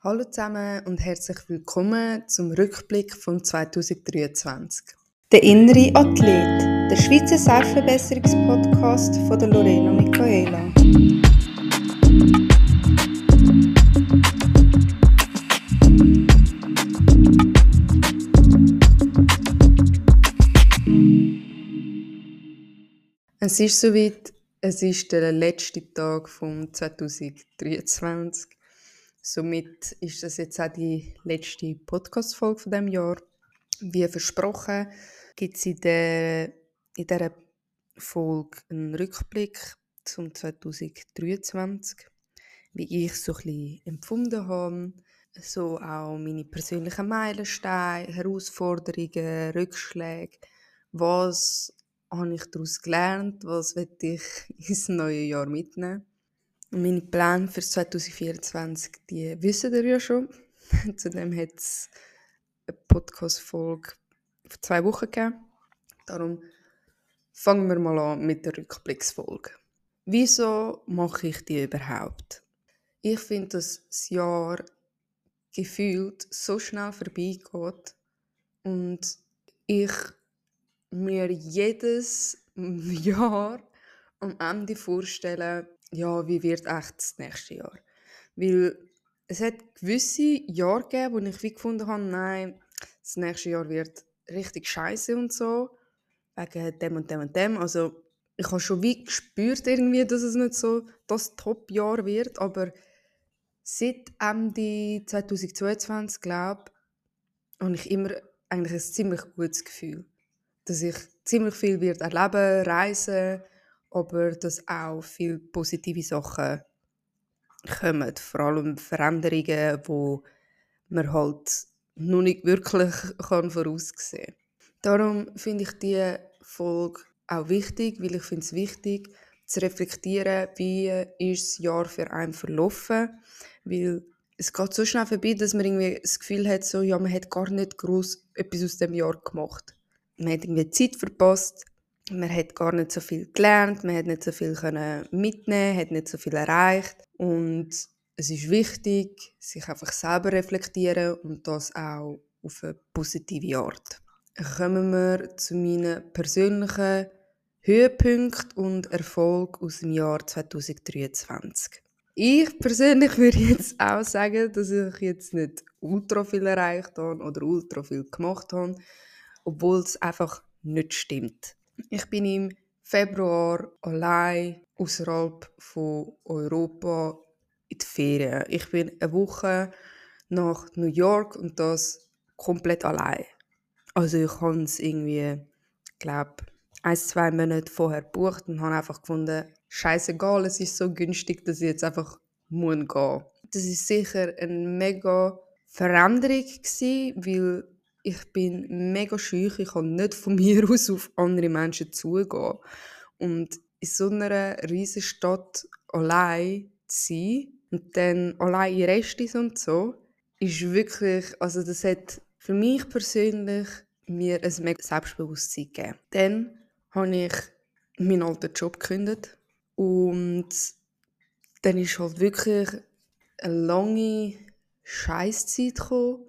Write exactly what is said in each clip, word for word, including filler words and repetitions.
Hallo zusammen und herzlich willkommen zum Rückblick von zweitausenddreiundzwanzig. Der innere Athlet, der Schweizer Selbstverbesserungspodcast von der Lorena Michaela. Es ist soweit, es ist der letzte Tag von zweitausenddreiundzwanzig. Somit ist das jetzt auch die letzte Podcast-Folge von diesem Jahr. Wie versprochen gibt es in, der, in dieser Folge einen Rückblick zum zweitausenddreiundzwanzig, wie ich es so ein bisschen empfunden habe, so auch meine persönlichen Meilensteine, Herausforderungen, Rückschläge, was habe ich daraus gelernt, was will ich ins neue Jahr mitnehmen. Und meine Pläne für zweitausendvierundzwanzig, die wissen ihr ja schon. Zudem hat es eine Podcast-Folge vor zwei Wochen gegeben. Darum fangen wir mal an mit der Rückblicksfolge. Wieso mache ich die überhaupt? Ich finde, dass das Jahr gefühlt so schnell vorbeigeht und ich mir jedes Jahr am Ende vorstelle, ja, wie wird echt das nächste Jahr? Weil es hat gewisse Jahre gegeben, wo ich wie gefunden habe, nein, das nächste Jahr wird richtig scheiße und so, wegen dem und dem und dem. Also ich habe schon wie gespürt irgendwie, dass es nicht so das Top-Jahr wird, aber seit Ende zweitausendzweiundzwanzig, glaube ich, habe ich immer eigentlich ein ziemlich gutes Gefühl, dass ich ziemlich viel wird erleben, reisen, aber dass auch viele positive Sachen kommen, vor allem Veränderungen, die man halt noch nicht wirklich kann voraussehen kann. Darum finde ich diese Folge auch wichtig, weil ich finde es wichtig, zu reflektieren, wie ist das Jahr für einen verlaufen, weil es geht so schnell vorbei, dass man irgendwie das Gefühl hat, so, ja, man hat gar nicht gross etwas aus dem Jahr gemacht. Man hat irgendwie Zeit verpasst, man hat gar nicht so viel gelernt, man hat nicht so viel können mitnehmen, hat nicht so viel erreicht und es ist wichtig, sich einfach selber reflektieren und das auch auf eine positive Art. Kommen wir zu meinen persönlichen Höhepunkten und Erfolgen aus dem Jahr zweitausenddreiundzwanzig. Ich persönlich würde jetzt auch sagen, dass ich jetzt nicht ultra viel erreicht habe oder ultra viel gemacht habe, obwohl es einfach nicht stimmt. Ich bin im Februar allein außerhalb von Europa in die Ferien. Ich bin eine Woche nach New York und das komplett allein. Also ich habe es irgendwie, glaube ein, zwei Monate vorher gebucht und habe einfach gefunden, scheißegal, es ist so günstig, dass ich jetzt einfach muss gehen. Das ist sicher eine mega Veränderung gewesen, weil ich bin mega schüch, ich kann nicht von mir aus auf andere Menschen zugehen. Und in so einer riesen Stadt allein zu sein und dann allein in Restis und so, ist wirklich, also das hat für mich persönlich mir ein mega Selbstbewusstsein gegeben. Dann habe ich meinen alten Job gekündigt und dann ist halt wirklich eine lange Scheisszeit gekommen,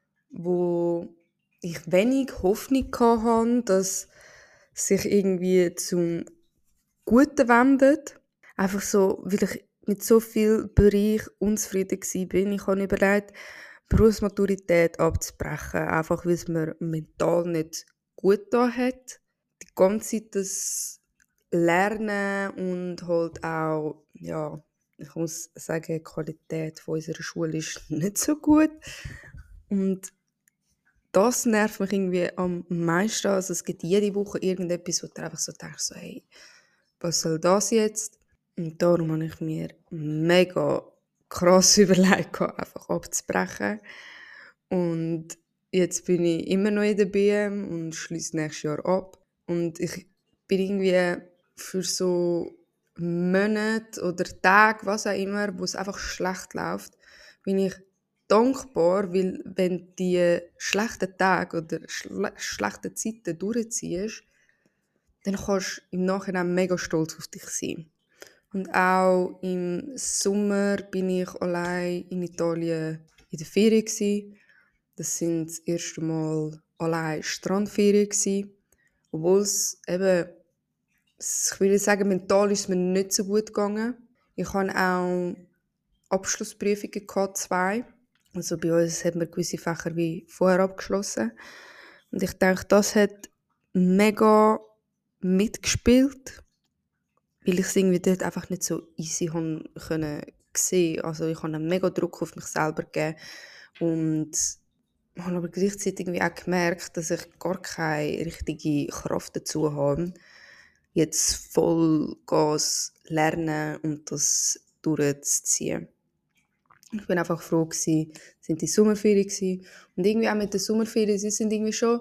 wo ich wenig Hoffnung hatte, dass sich irgendwie zum Guten wendet. Einfach so, weil ich mit so vielen Bereichen unzufrieden war. Ich habe überlegt, Berufsmaturität abzubrechen, einfach weil es mir mental nicht gut getan hat. Die ganze Zeit das Lernen und halt auch, ja, ich muss sagen, die Qualität von unserer Schule ist nicht so gut. Und das nervt mich irgendwie am meisten. Also es gibt jede Woche irgendetwas, wo du einfach so denkst, so, hey, was soll das jetzt? Und darum habe ich mir mega krass überlegt, einfach abzubrechen. Und jetzt bin ich immer noch in der B M und schließe nächstes Jahr ab. Und ich bin irgendwie für so Monate oder Tage, was auch immer, wo es einfach schlecht läuft, bin ich dankbar, weil wenn die schlechten Tage oder schle- schlechten Zeiten durchziehst, dann kannst du im Nachhinein mega stolz auf dich sein. Und auch im Sommer bin ich allein in Italien in der Ferien gewesen. Das sind das erste Mal allein Strandferien gewesen. Obwohl es eben, ich würde sagen, mental ist es mir nicht so gut gegangen. Ich hatte auch Abschlussprüfungen gehabt, zwei. Also bei uns hat man gewisse Fächer wie vorher abgeschlossen. Und ich denke, das hat mega mitgespielt, weil ich es irgendwie dort einfach nicht so easy haben können sehen. Also ich habe einen mega Druck auf mich selber gegeben und habe aber gleichzeitig irgendwie auch gemerkt, dass ich gar keine richtige Kraft dazu habe, jetzt voll Gas lernen und das durchzuziehen. Ich bin einfach froh gewesen, sind die Sommerferien gewesen. Und irgendwie auch mit den Sommerferien, sie sind irgendwie schon,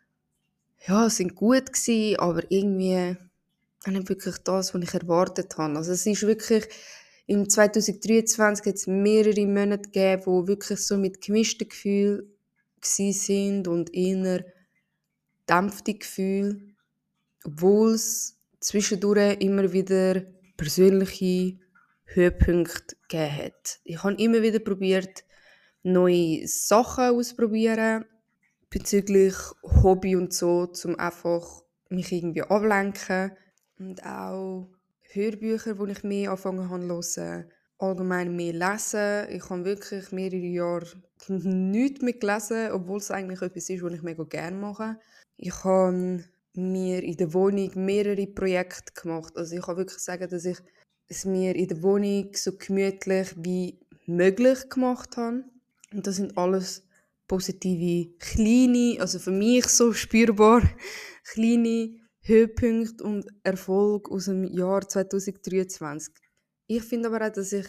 ja, sind gut gewesen, aber irgendwie nicht wirklich das, was ich erwartet habe. Also es ist wirklich, im zwanzig dreiundzwanzig hat es mehrere Monate gegeben, die wirklich so mit gemischten Gefühlen sind und eher dämpfte Gefühle, obwohl es zwischendurch immer wieder persönliche Höhepunkte gegeben hat. Ich habe immer wieder probiert, neue Sachen auszuprobieren bezüglich Hobby und so, um einfach mich irgendwie ablenken. Und auch Hörbücher, die ich mehr angefangen habe zu hören. Allgemein mehr lesen. Ich habe wirklich mehrere Jahre nichts mehr gelesen, obwohl es eigentlich etwas ist, was ich mega gerne mache. Ich habe mir in der Wohnung mehrere Projekte gemacht. Also ich kann wirklich sagen, dass ich es mir in der Wohnung so gemütlich wie möglich gemacht habe. Und das sind alles positive, kleine, also für mich so spürbar, kleine Höhepunkte und Erfolg aus dem Jahr zwanzig dreiundzwanzig. Ich finde aber auch, dass ich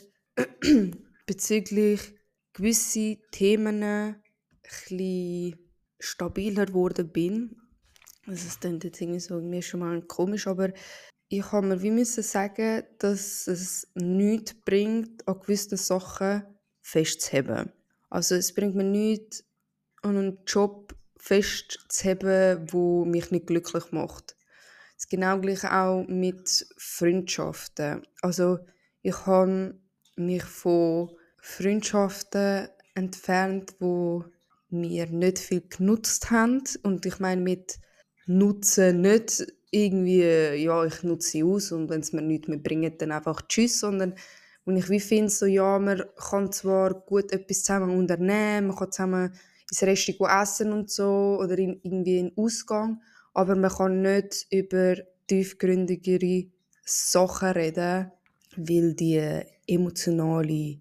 bezüglich gewisse Themen ein bisschen stabiler geworden bin. Also es klingt jetzt irgendwie so mir schon mal komisch, aber ich habe mir wie müssen sagen, dass es nichts bringt, an gewissen Sachen festzuheben. Also es bringt mir nichts, an einen Job festzuheben, der mich nicht glücklich macht. Das genau gleich auch mit Freundschaften. Also ich habe mich von Freundschaften entfernt, wo mir nicht viel genutzt haben. Und ich meine mit nutzen nicht irgendwie, ja, ich nutze sie aus und wenn es mir nichts mehr bringt, dann einfach tschüss, sondern und ich wie finde, so, ja, man kann zwar gut etwas zusammen unternehmen, man kann zusammen ins Restaurant essen und so oder in, irgendwie in Ausgang, aber man kann nicht über tiefgründigere Sachen reden, weil die emotionale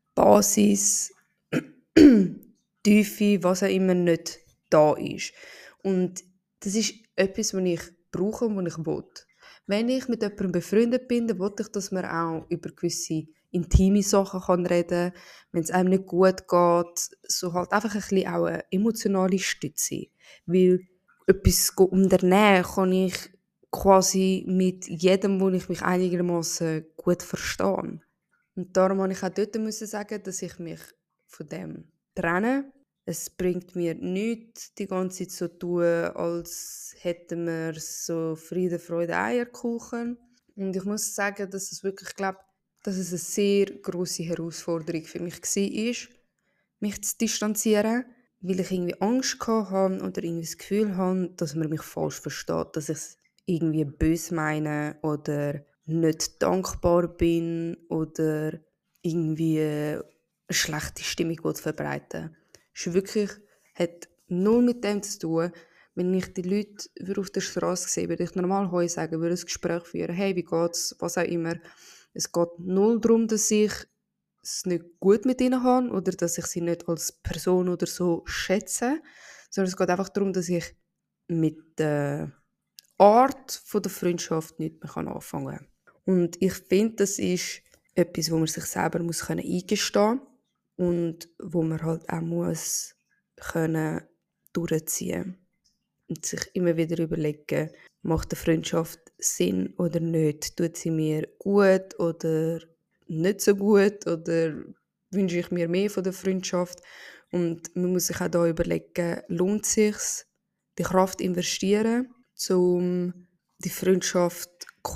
Basis, Tiefe, was auch immer, nicht da ist. Und das ist etwas, was ich brauche und was ich will. Wenn ich mit jemandem befreundet bin, dann will ich, dass man auch über gewisse intime Sachen kann reden kann. Wenn es einem nicht gut geht, so halt einfach ein bisschen auch eine emotionale Stütze. Weil etwas unternehmen kann ich quasi mit jedem, wo ich mich einigermaßen gut verstehe. Und darum musste ich auch dort müssen sagen, dass ich mich von dem trenne. Es bringt mir nichts, die ganze Zeit so zu tun, als hätten wir so Friede, Freude, Eierkuchen. Und ich muss sagen, dass es wirklich, glaube, dass es eine sehr grosse Herausforderung für mich war, mich zu distanzieren, weil ich irgendwie Angst hatte oder irgendwie das Gefühl hatte, dass man mich falsch versteht, dass ich es irgendwie böse meine oder nicht dankbar bin oder irgendwie eine schlechte Stimmung verbreiten. Es ist wirklich, hat null mit dem zu tun. Wenn ich die Leute auf der Straße sehe, würde ich normal Heu sagen, würde ein Gespräch führen, hey, wie geht's, was auch immer. Es geht null darum, dass ich es nicht gut mit ihnen habe oder dass ich sie nicht als Person oder so schätze, sondern es geht einfach darum, dass ich mit der Art von der Freundschaft nichts mehr anfangen kann. Und ich finde, das ist etwas, wo man sich selber muss können eingestehen muss und wo man halt auch muss können durchziehen und sich immer wieder überlegen, macht eine Freundschaft Sinn oder nicht? Tut sie mir gut oder nicht so gut oder wünsche ich mir mehr von der Freundschaft? Und man muss sich auch da überlegen, lohnt es sich, die Kraft investieren, um die Freundschaft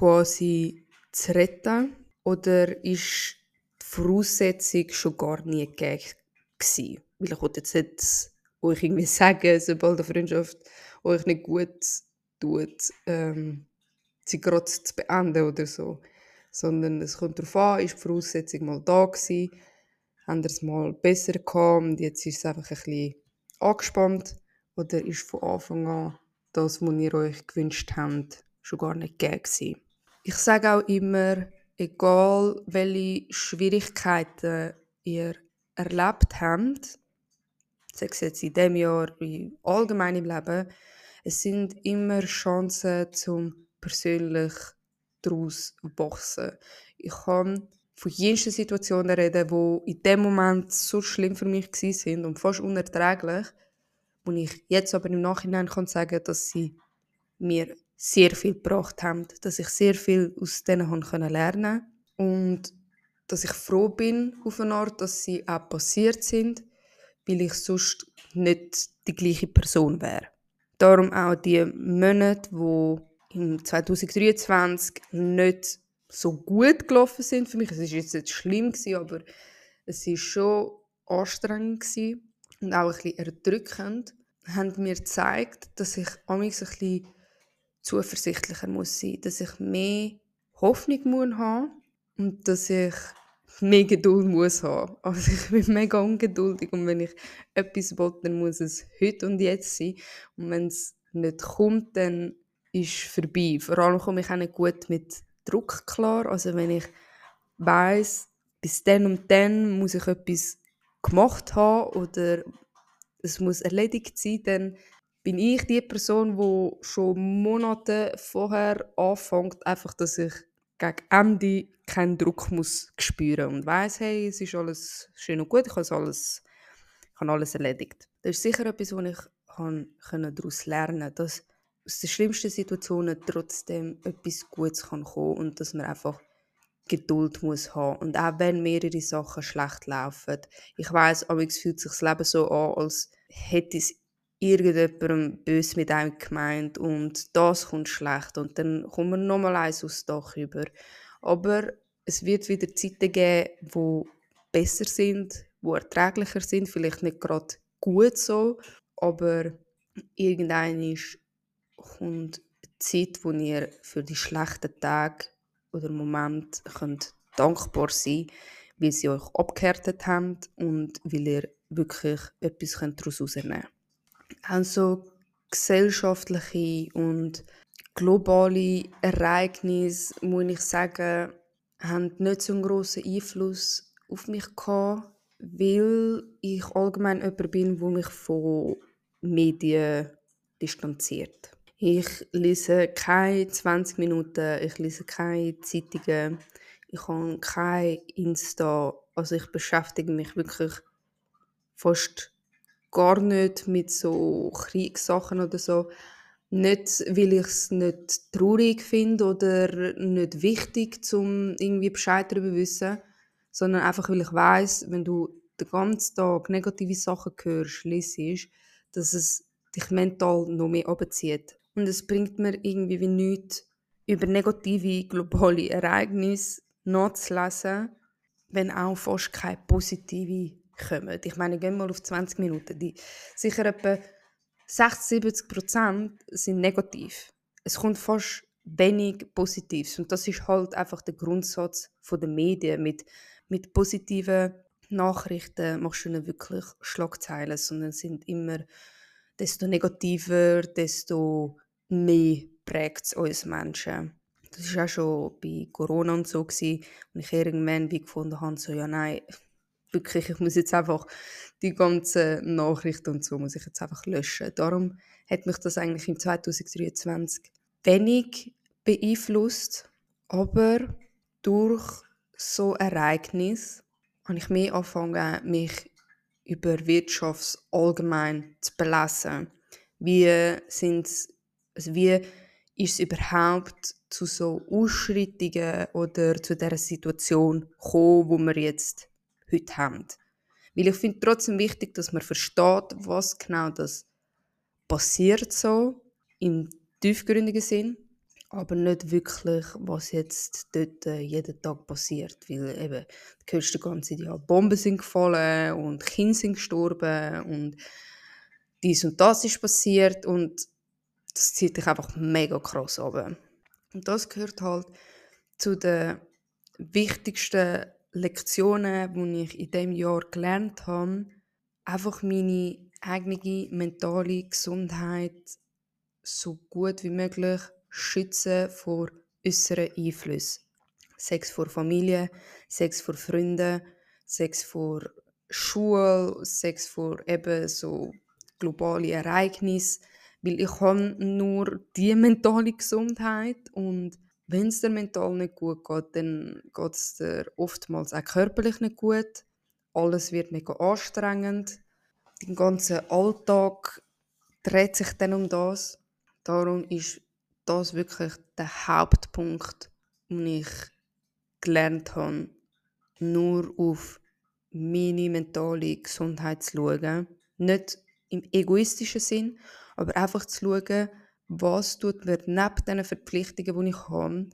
quasi zu retten? Oder ist die Voraussetzung schon gar nie gegeben, gewesen. Weil ich wollte jetzt nicht euch irgendwie sagen, sobald eine Freundschaft euch nicht gut tut, ähm, sie gerade zu beenden oder so. Sondern es kommt darauf an, ist die Voraussetzung mal da gewesen, haben ihr es mal besser gehabt und jetzt ist es einfach ein bisschen angespannt oder ist von Anfang an das, was ihr euch gewünscht habt, schon gar nicht gegeben gewesen. Ich sage auch immer, egal welche Schwierigkeiten ihr erlebt habt, sei es jetzt in diesem Jahr, wie allgemein im Leben, es sind immer Chancen, zum persönlich daraus zu wachsen. Ich kann von jensten Situationen reden, die in dem Moment so schlimm für mich waren und fast unerträglich, wo ich jetzt aber im Nachhinein kann sagen, dass sie mir sehr viel gebracht haben, dass ich sehr viel aus denen haben lernen konnte und dass ich froh bin auf eine Art, dass sie auch passiert sind, weil ich sonst nicht die gleiche Person wäre. Darum auch die Monate, die im zwanzig dreiundzwanzig nicht so gut gelaufen sind für mich. Es war jetzt nicht schlimm, aber es war schon anstrengend und auch ein bisschen erdrückend, haben mir gezeigt, dass ich manchmal ein bisschen zuversichtlicher muss sein, dass ich mehr Hoffnung muss haben und dass ich mehr Geduld muss haben. Also ich bin mega ungeduldig und wenn ich etwas will, dann muss es heute und jetzt sein. Und wenn es nicht kommt, dann ist es vorbei. Vor allem komme ich auch nicht gut mit Druck klar. Also wenn ich weiss, bis dann und dann muss ich etwas gemacht haben oder es muss erledigt sein, dann bin ich die Person, die schon Monate vorher anfängt, einfach, dass ich gegen Ende keinen Druck muss spüren und weiss, hey, es ist alles schön und gut, ich habe alles, ich habe alles erledigt. Das ist sicher etwas, was ich daraus lernen konnte, dass aus den schlimmsten Situationen trotzdem etwas Gutes kommen kann und dass man einfach Geduld muss haben. Und auch wenn mehrere Sachen schlecht laufen. Ich weiss, manchmal fühlt sich das Leben so an, als hätte es irgendjemandem böse mit einem gemeint und das kommt schlecht und dann kommt man nochmal eins aufs Dach über. Aber es wird wieder Zeiten geben, die besser sind, die erträglicher sind, vielleicht nicht gerade gut so, aber irgendwann kommt eine Zeit, wo ihr für die schlechten Tage oder Momente könnt dankbar sein könnt, weil sie euch abgehärtet haben und weil ihr wirklich etwas daraus herausnehmen könnt. Auch so gesellschaftliche und globale Ereignisse, muss ich sagen, haben nicht so einen grossen Einfluss auf mich gehabt, weil ich allgemein jemand bin, der mich von Medien distanziert. Ich lese keine zwanzig Minuten, ich lese keine Zeitungen, ich habe kein Insta, also ich beschäftige mich wirklich fast gar nicht mit so Kriegssachen oder so. Nicht, weil ich es nicht traurig finde oder nicht wichtig, um irgendwie Bescheid darüber zu wissen, sondern einfach, weil ich weiss, wenn du den ganzen Tag negative Sachen hörst, liest, dass es dich mental noch mehr runterzieht. Und es bringt mir irgendwie wie nichts, über negative globale Ereignisse nachzulesen, wenn auch fast keine positive kommen. Ich meine, gehen wir mal auf zwanzig Minuten. Die, sicher etwa sechzig bis siebzig Prozent sind negativ. Es kommt fast wenig Positives. Und das ist halt einfach der Grundsatz der Medien. Mit, mit positiven Nachrichten machst du nicht wirklich Schlagzeilen, sondern sind immer, desto negativer, desto mehr prägt es uns Menschen. Das war auch schon bei Corona und so gewesen, und ich irgendwann wie gefunden habe, so, ja nein, wirklich, ich muss jetzt einfach die ganzen Nachrichten und so muss ich jetzt einfach löschen. Darum hat mich das eigentlich im zwanzig dreiundzwanzig wenig beeinflusst, aber durch so Ereignisse habe ich mehr angefangen, mich über Wirtschaft allgemein zu belesen. Wie sind's, also wie ist es überhaupt zu so Ausschreitungen oder zu der Situation gekommen, wo wir jetzt heute haben? Weil ich finde trotzdem wichtig, dass man versteht, was genau das passiert so im tiefgründigen Sinn. aber nicht wirklich, was jetzt dort äh, jeden Tag passiert, weil eben, du hörst die ganze Zeit, ja, Bomben sind gefallen und Kinder sind gestorben und dies und das ist passiert und das zieht dich einfach mega krass runter. Und das gehört halt zu den wichtigsten Lektionen, die ich in diesem Jahr gelernt habe. Einfach meine eigene mentale Gesundheit so gut wie möglich schützen vor äußeren Einflüssen. Sex vor Familie, Sex vor Freunden, Sex vor Schule, Sex vor eben so globale Ereignisse. Weil ich habe nur die mentale Gesundheit und wenn es dir mental nicht gut geht, dann geht es dir oftmals auch körperlich nicht gut. Alles wird mega anstrengend. Den ganzen Alltag dreht sich dann um das. Darum ist das wirklich der Hauptpunkt, den ich gelernt habe, nur auf meine mentale Gesundheit zu schauen. Nicht im egoistischen Sinn, aber einfach zu schauen, was tut mir neben diesen Verpflichtungen, die ich habe,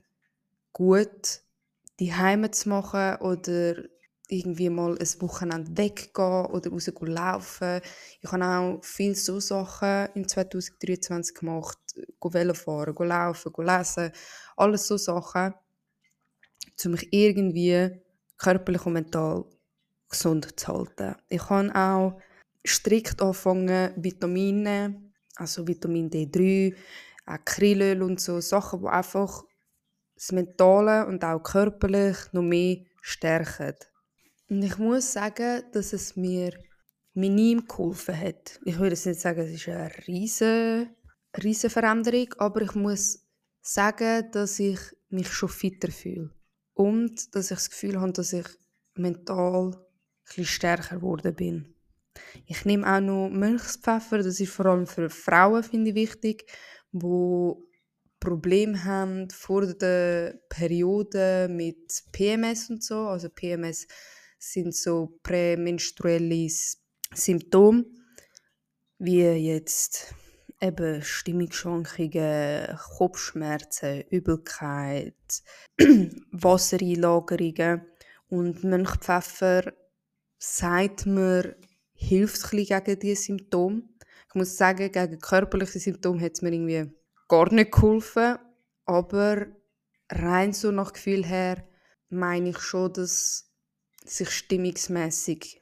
gut, die Heime zu machen oder irgendwie mal ein Wochenende weggehen oder raus laufen. Ich habe auch viele so Sachen im zwanzig dreiundzwanzig gemacht. Go Velo fahren, go laufen, go lesen. Alles so Sachen, um mich irgendwie körperlich und mental gesund zu halten. Ich habe auch strikt angefangen, Vitamine, also Vitamin D drei, auch Krillöl und so Sachen, die einfach das Mentale und auch körperlich noch mehr stärken. Und ich muss sagen, dass es mir minim geholfen hat. Ich würde jetzt nicht sagen, es ist eine riesige, riesige Veränderung, aber ich muss sagen, dass ich mich schon fitter fühle. Und dass ich das Gefühl habe, dass ich mental ein bisschen stärker geworden bin. Ich nehme auch noch Mönchspfeffer, das ist vor allem für Frauen, finde ich, wichtig, wo Probleme haben vor der Periode mit P M S und so. Also P M S sind so prämenstruelle Symptome, wie jetzt eben Stimmungsschwankungen, Kopfschmerzen, Übelkeit, Wassereinlagerungen. Und Mönchpfeffer sagt mir, hilft ein bisschen gegen diese Symptome. Ich muss sagen, gegen körperliche Symptome hat es mir irgendwie gar nicht geholfen, aber rein so nach Gefühl her meine ich schon, dass sich stimmungsmässig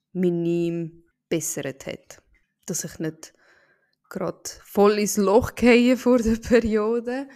minim bessert hat. Dass ich nicht gerade voll ins Loch gehe vor der Periode.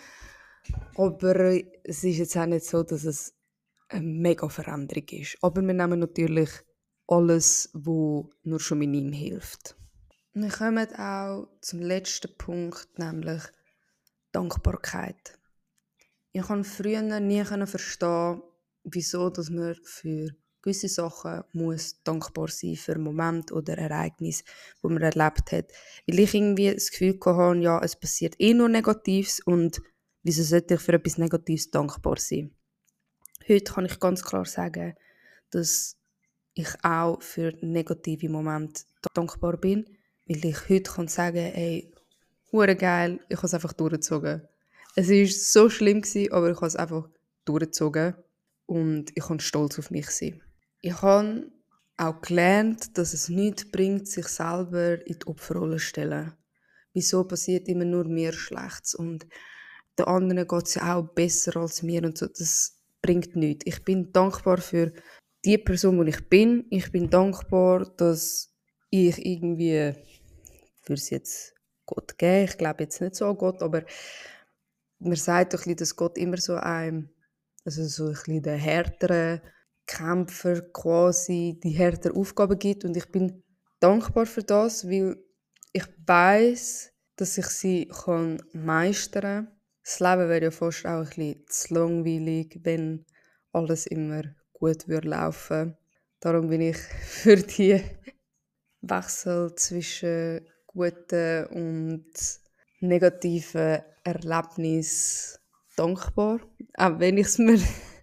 Aber es ist jetzt auch nicht so, dass es eine mega Veränderung ist. Aber wir nehmen natürlich alles, was nur schon minim hilft. Wir kommen auch zum letzten Punkt, nämlich Dankbarkeit. Ich konnte früher nie verstehen, wieso dass man für gewisse Sachen muss dankbar sein für Moment oder Ereignis, wo man erlebt hat. Weil ich irgendwie das Gefühl hatte, ja, es passiert eh nur Negatives und wieso sollte ich für etwas Negatives dankbar sein? Heute kann ich ganz klar sagen, dass ich auch für negative Momente dankbar bin, weil ich heute kann sagen, ey, hure geil, ich habe es einfach durchgezogen. Es war so schlimm gewesen, aber ich habe es einfach durchgezogen und ich kann stolz auf mich sein. Ich habe auch gelernt, dass es nichts bringt, sich selber in die Opferrolle zu stellen. Wieso passiert immer nur mir Schlechtes und den anderen geht es ja auch besser als mir und so. Das bringt nichts. Ich bin dankbar für die Person, die ich bin. Ich bin dankbar, dass ich irgendwie, für es jetzt Gott geben, ich glaube jetzt nicht so an Gott, aber man sagt doch, dass Gott immer so einem, also so ein bisschen den härteren Kämpfer quasi die härtere Aufgaben gibt und ich bin dankbar für das, weil ich weiß, dass ich sie kann meistern kann. Das Leben wäre ja fast auch ein bisschen zu langweilig, wenn alles immer gut würde laufen. Darum bin ich für die Wechsel zwischen guten und negativen Erlebnissen dankbar. Auch wenn ich es mir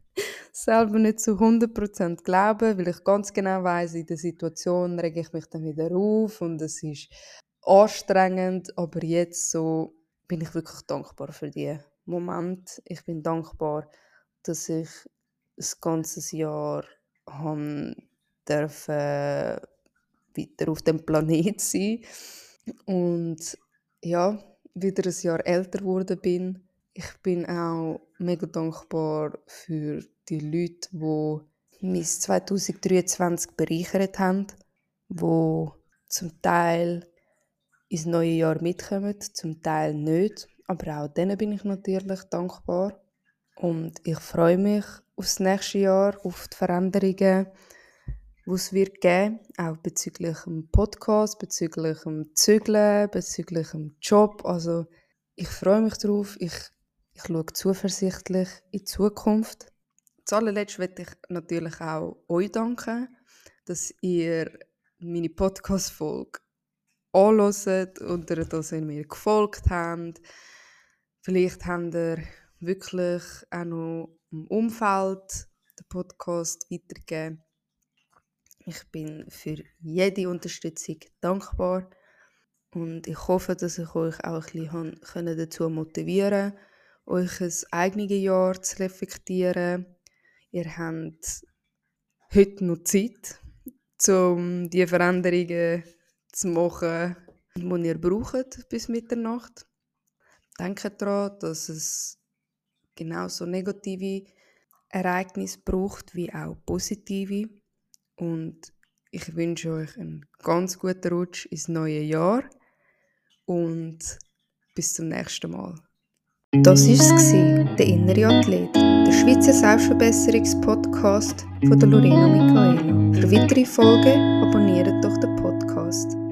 selber nicht zu hundert Prozent glaube, weil ich ganz genau weiss, in der Situation rege ich mich dann wieder auf und es ist anstrengend, aber jetzt so bin ich wirklich dankbar für die Moment. Ich bin dankbar, dass ich das ganze Jahr han dürfen weiter auf dem Planet sein und ja, wieder ein Jahr älter geworden bin. Ich bin auch mega dankbar für die Leute, die mein zwanzig dreiundzwanzig bereichert haben, die zum Teil ins neue Jahr mitkommen, zum Teil nicht. Aber auch denen bin ich natürlich dankbar. Und ich freue mich aufs nächste Jahr, auf die Veränderungen, die es wird geben, auch bezüglich dem Podcast, bezüglich dem Zügeln, bezüglich dem Job. Also ich freue mich darauf, ich, ich schaue zuversichtlich in die Zukunft. Zuallerletzt möchte ich natürlich auch euch danken, dass ihr meine Podcast-Folge anhört und dass ihr mir gefolgt habt. Vielleicht habt ihr wirklich auch noch im Umfeld den Podcast weitergegeben. Ich bin für jede Unterstützung dankbar und ich hoffe, dass ich euch auch ein bisschen dazu motivieren kann, euch ein eigenes Jahr zu reflektieren. Ihr habt heute noch Zeit, um die Veränderungen zu machen, die ihr braucht bis Mitternacht. Denkt daran, dass es genauso negative Ereignisse braucht wie auch positive. Und ich wünsche euch einen ganz guten Rutsch ins neue Jahr und bis zum nächsten Mal. Das war es, der innere Athlet, der Schweizer Selbstverbesserungspodcast von der Lorena Michaela. Für weitere Folgen abonniert doch den Podcast.